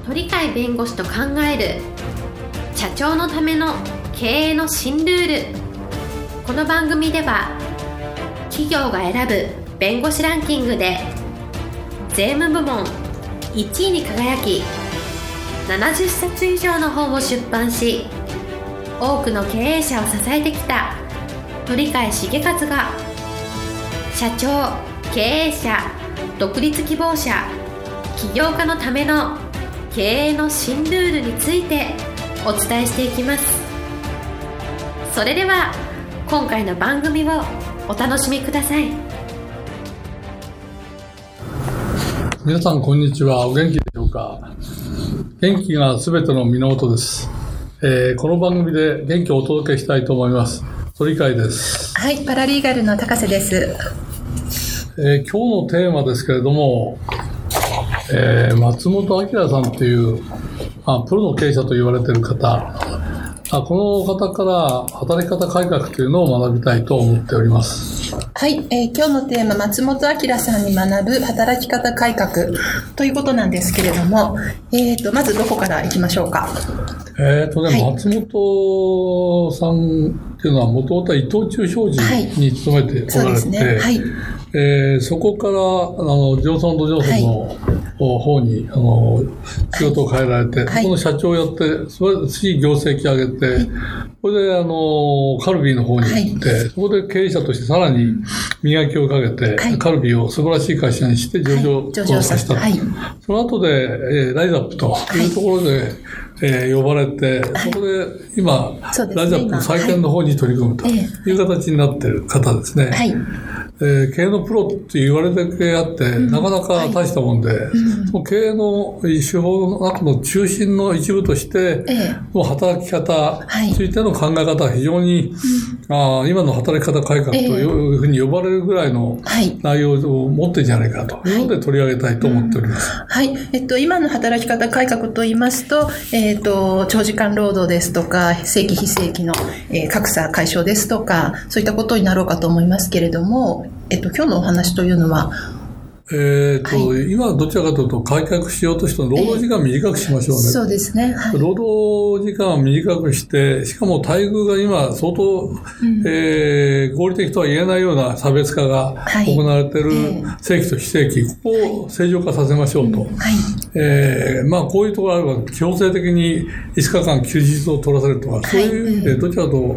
鳥飼弁護士と考える社長のための経営の新ルール。この番組では企業が選ぶ弁護士ランキングで税務部門1位に輝き、70冊以上の本を出版し、多くの経営者を支えてきた鳥飼茂和が、社長、経営者、独立希望者、起業家のための経営の新ルールについてお伝えしていきます。それでは今回の番組をお楽しみください。 皆さんこんにちは。お元気でしょうか。元気がすべての源です。この番組で元気をお届けしたいと思います。鳥飼です。 はい、パラリーガルの高瀬です。 今日のテーマですけれども、松本明さんという、プロの経営者と言われている方、この方から働き方改革というのを学びたいと思っております。 はい、今日のテーマ、松本明さんに学ぶ働き方改革ということなんですけれども、まずどこからいきましょうか。 松本さんっていうのはもともとは伊藤忠商事に勤めておられて、そこからジョンソン&ジョンソンの方に仕事を変えられて、そこの社長をやって、それで次業績上げて、それでカルビーの方に行って、そこで経営者としてさらに磨きをかけて、カルビーを素晴らしい会社にして上場させたと。その後でライザップというところで呼ばれて、そこで今、ライザップの再建の方に取り組むという形になっている方ですね。経営のプロって言われてあって、なかなか大したもんで、その経営の手法の中の中心の一部として、働き方についての考え方は非常に、今の働き方改革というふうに呼ばれるぐらいの内容を持ってるんじゃないかというので取り上げたいと思っております。 今の働き方改革と言いますと、長時間労働ですとか、正規非正規の格差解消ですとか、そういったことになろうかと思いますけれども、今日のお話というのは、今どちらかというと改革しようとして労働時間を短くしましょうね。そうですね。 労働時間を短くして、しかも待遇が今相当、合理的とは言えないような差別化が行われている正規と非正規、ここを正常化させましょうと。こういうところがあれば強制的に5日間休日を取らせるとか、そういう意味でどちらかと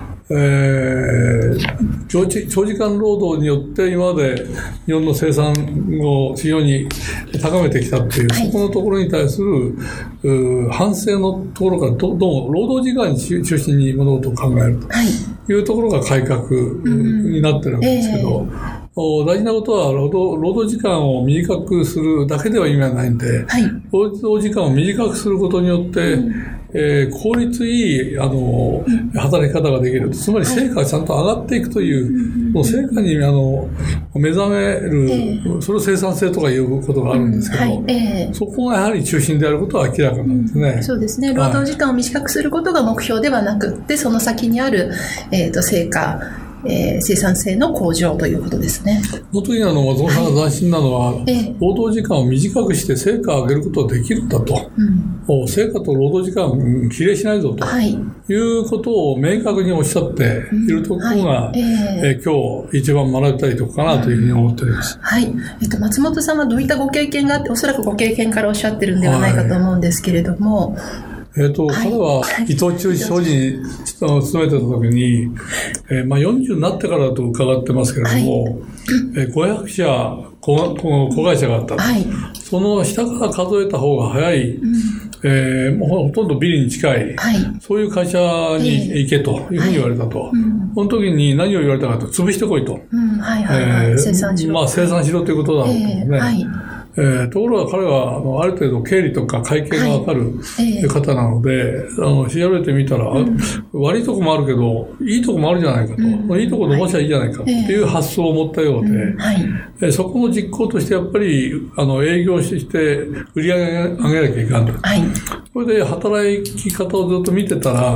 長時間労働によって今まで日本の生産を非常に高めてきたっていう、そこのところに対する反省のところからどうも労働時間に中心に物事を考えるというところが改革になってるわけですけど、大事なことは労働時間を短くするだけでは意味はないんで、労働時間を短くすることによって、効率いい働き方ができる。つまり成果がちゃんと上がっていくという、その成果に目覚める、それを生産性とかいうことがあるんですけど、そこがやはり中心であることは明らかなんですね。 そうですね。労働時間を短くすることが目標ではなくって、その先にある、成果、生産性の向上ということですね。 その時に松本さんが斬新なのは、労働時間を短くして成果を上げることができるんだと。成果と労働時間比例しないぞということを明確におっしゃっているところが、今日一番学びたいところかなというふうに思っております。 松本さんはどういったご経験があって、おそらくご経験からおっしゃってるんではないかと思うんですけれども、 彼は伊藤忠商事に勤めてた時に、40になってからだと伺ってますけれども、500社子会社があった。その下から数えた方が早い、もうほとんどビリに近い、そういう会社に行けというふうに言われたと。その時に何を言われたかと、潰してこいと。 生産しろ。 生産しろということだろうとね。ところが彼はある程度経理とか会計がわかる方なので、調べてみたら、悪いとこもあるけどいいとこもあるじゃないかと、いいとこ伸ばしゃいいじゃないかっていう発想を持ったようで、そこの実行としてやっぱり営業して売り上げなきゃいかんと。それで働き方をずっと見てたら、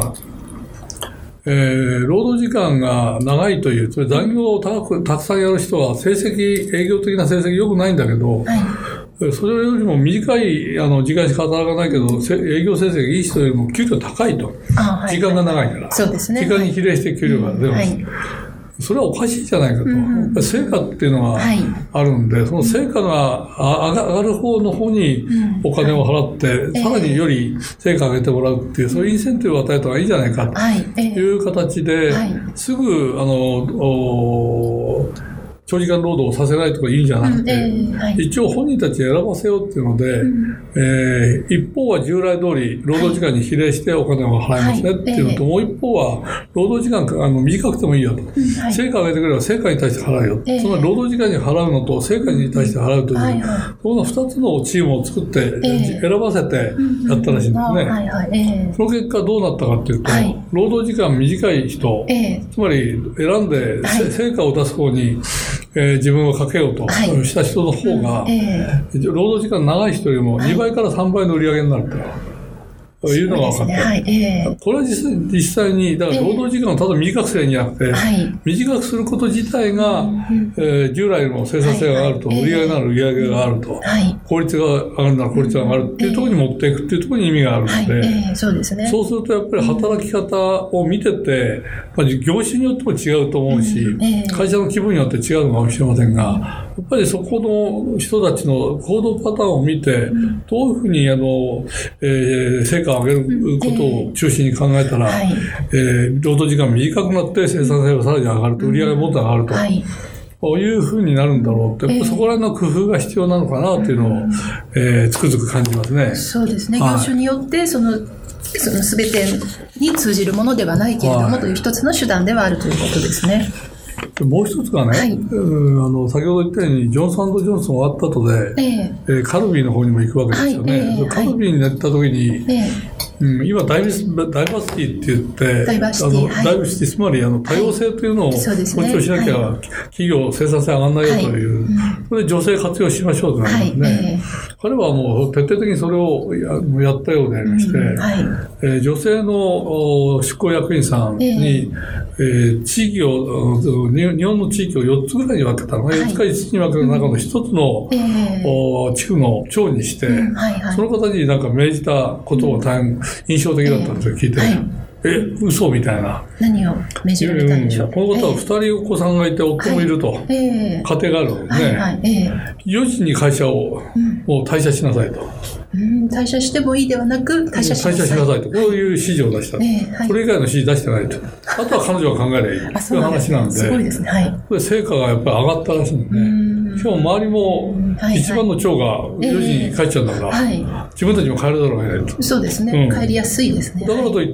労働時間が長いという、それ残業をたくさんやる人は営業的な成績良くないんだけど、 それよりも短い時間しか働かないけど、営業成績がいい人よりも給料高いと。時間が長いから。 そうですね。 時間に比例して給料が出ます。それはおかしいじゃないかと。やっぱり成果っていうのがあるんで、その成果が上がる方の方にお金を払って、さらにより成果を上げてもらうっていう、そういうインセンティブを与えた方がいいんじゃないかという形で、すぐ、長時間労働をさせないとかいいんじゃなくて、一応本人たち選ばせようっていうので、一方は従来通り労働時間に比例してお金を払いますねっていうのと、もう一方は労働時間短くてもいいよと。成果を上げてくれば成果に対して払うよ。つまり労働時間に払うのと成果に対して払うという、その二つのチームを作って選ばせてやったらしいんですね。その結果どうなったかっていうと、労働時間短い人、つまり選んで成果を出す方に自分をかけようとした人の方が、労働時間長い人よりも2倍から3倍の売り上げになるというのが分かった。これは実際に、だから労働時間をただ短くすればいいんじゃなくて、短くすること自体が、従来の生産性があると、売り上げなら売り上げがあると、効率が上がるなら効率が上がるっていうところに持っていくっていうところに意味があるので、そうするとやっぱり働き方を見てて、業種によっても違うと思うし、会社の規模によって違うのかもしれませんが、やっぱりそこの人たちの行動パターンを見て、どういうふうに成果を上げることを中心に考えたら、労働時間短くなって生産性がさらに上がると、売り上げもっと上がると。こういうふうになるんだろうって、そこら辺の工夫が必要なのかなっていうのを、つくづく感じますね。 そうですね。業種によって、その全てに通じるものではないけれども、という一つの手段ではあるということですね。 もう一つがね、先ほど言ったように、ジョンソン&ジョンソン終わった後で、カルビーの方にも行くわけですよね。カルビーになった時に、今ダイバーシティって言って、ダイバーシティ、つまり多様性というのを尊重しなきゃ企業生産性上がらないよという、それで女性活用しましょうとなりますね。彼はもう徹底的にそれをやったようでありまして、女性の執行役員さんに、地域を、日本の地域を4つぐらいに分けたのが、4つか5つに分けた中の1つの地区の長にして、その方になんか命じたことを大変印象的だったんですよ、聞いて。嘘みたいな。 何を命じられたんでしょう。 この方は2人お子さんがいて、夫もいると。家庭があるのでね。4時に会社をもう退社しなさいと。 退社してもいいではなく、退社しなさいと。こういう指示を出した。それ以外の指示出してないと。あとは彼女が考えればいい。そういう話なんで。 すごいですね。 これ成果がやっぱり上がったらしいんですね。しかも周りも一番の長が4時に帰っちゃうんだから、自分たちも帰るだろうがいないと。 そうですね。帰りやすいですね。 だからといって、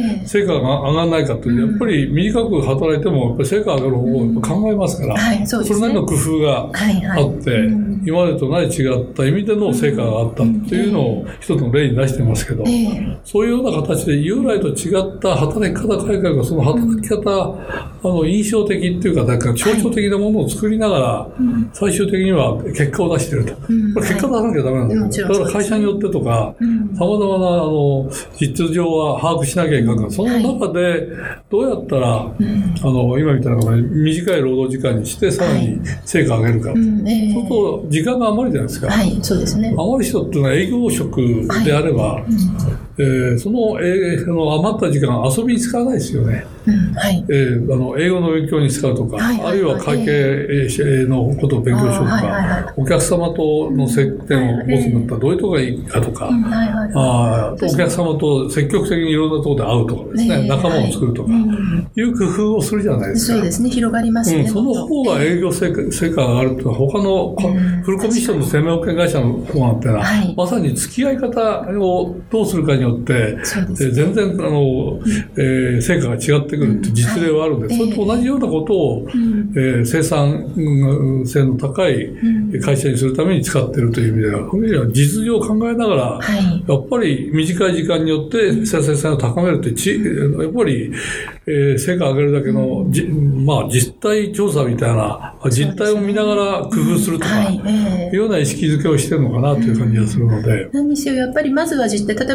成果が上がらないかという、やっぱり短く働いても、やっぱり成果を上げる方を考えますから、それなりの工夫があって、今までとない違った意味での成果があったというのを一つの例に出してますけど、そういうような形で従来と違った働き方改革が、その働き方、印象的っていうか、象徴的なものを作りながら、最終的には結果を出していると。これ結果出さなきゃダメなんですよ。だから会社によってとか、様々な実情は把握しなきゃいけないから、その中でどうやったら、今みたいな短い労働時間にして、さらに成果を上げるかと。そうすると、時間が余るじゃないですか。 そうですね。 余る人っていうのは営業職であれば、その余った時間遊びに使わないですよね。英語の勉強に使うとか、あるいは会計のことを勉強しようとか、お客様との接点を持つんだったらどういうところがいいかとか、お客様と積極的にいろんなところで会うとかですね、仲間を作るとか、いう工夫をするじゃないですか。 そうですね、広がりますね。 その方が営業成果が上がるというのは、他のフルコミッションの生命保険会社の方なんていうのは、まさに付き合い方をどうするかによって、全然成果が違ってくるって実例はあるんで、それと同じようなことを、生産性の高い会社にするために使っているという意味では、実情を考えながら、やっぱり短い時間によって生産性を高めるって、やっぱり、成果を上げるだけの、実態調査みたいな、実態を見ながら工夫するとか、いうような意識づけをしているのかなという感じがするので。 何にせよ、やっぱりまずは実態、例えば松本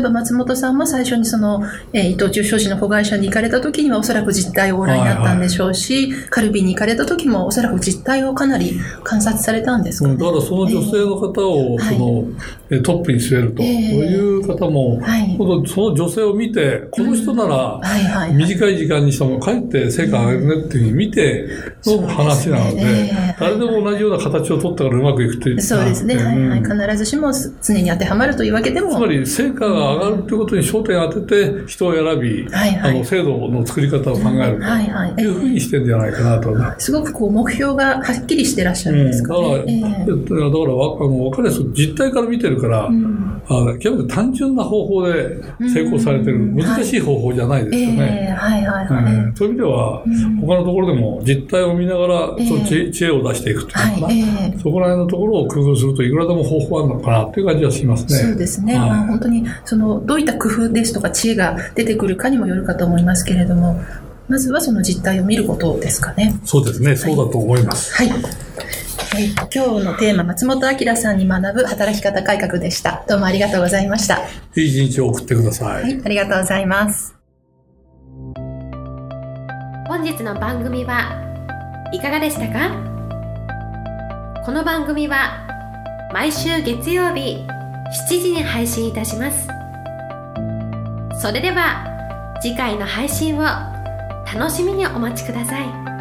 本さんも最初にその、伊藤忠商事の子会社に行かれた時にはおそらく実態をご覧になったんでしょうし、カルビーに行かれた時もおそらく実態をかなり観察されたんですかね。 だからその女性の方をトップに据えるという方も、その女性を見て、この人なら短い時間にしてもかえって成果を上げるねっていうふうに見ての話なので、誰でも同じような形を取ったからうまくいくという。 そうですね。必ずしも常に当てはまるというわけでも。 つまり成果が上がるということに焦点を当てて人を選び、制度の作り方を考えるというふうにしてるんじゃないかなと。 すごくこう目標がはっきりしてらっしゃるんですかね。 だから分かりやすく実態から見てるから、極めて単純な方法で成功されてる、難しい方法じゃないですよね。そういう意味では、他のところでも実態を見ながら、その知恵を出していくというのかな、そこら辺のところを工夫するといくらでも方法あるのかなという感じはしますね。 そうですね。本当にどういった工夫ですとか知恵が出てくるかにもよるかと思いますけれども、まずはその実態を見ることですかね。 そうですね。そうだと思います。 今日のテーマ、松本明さんに学ぶ働き方改革でした。どうもありがとうございました。 いい一日を送ってください。 ありがとうございます。 本日の番組はいかがでしたか？この番組は毎週月曜日7時に配信いたします。それでは次回の配信を楽しみにお待ちください。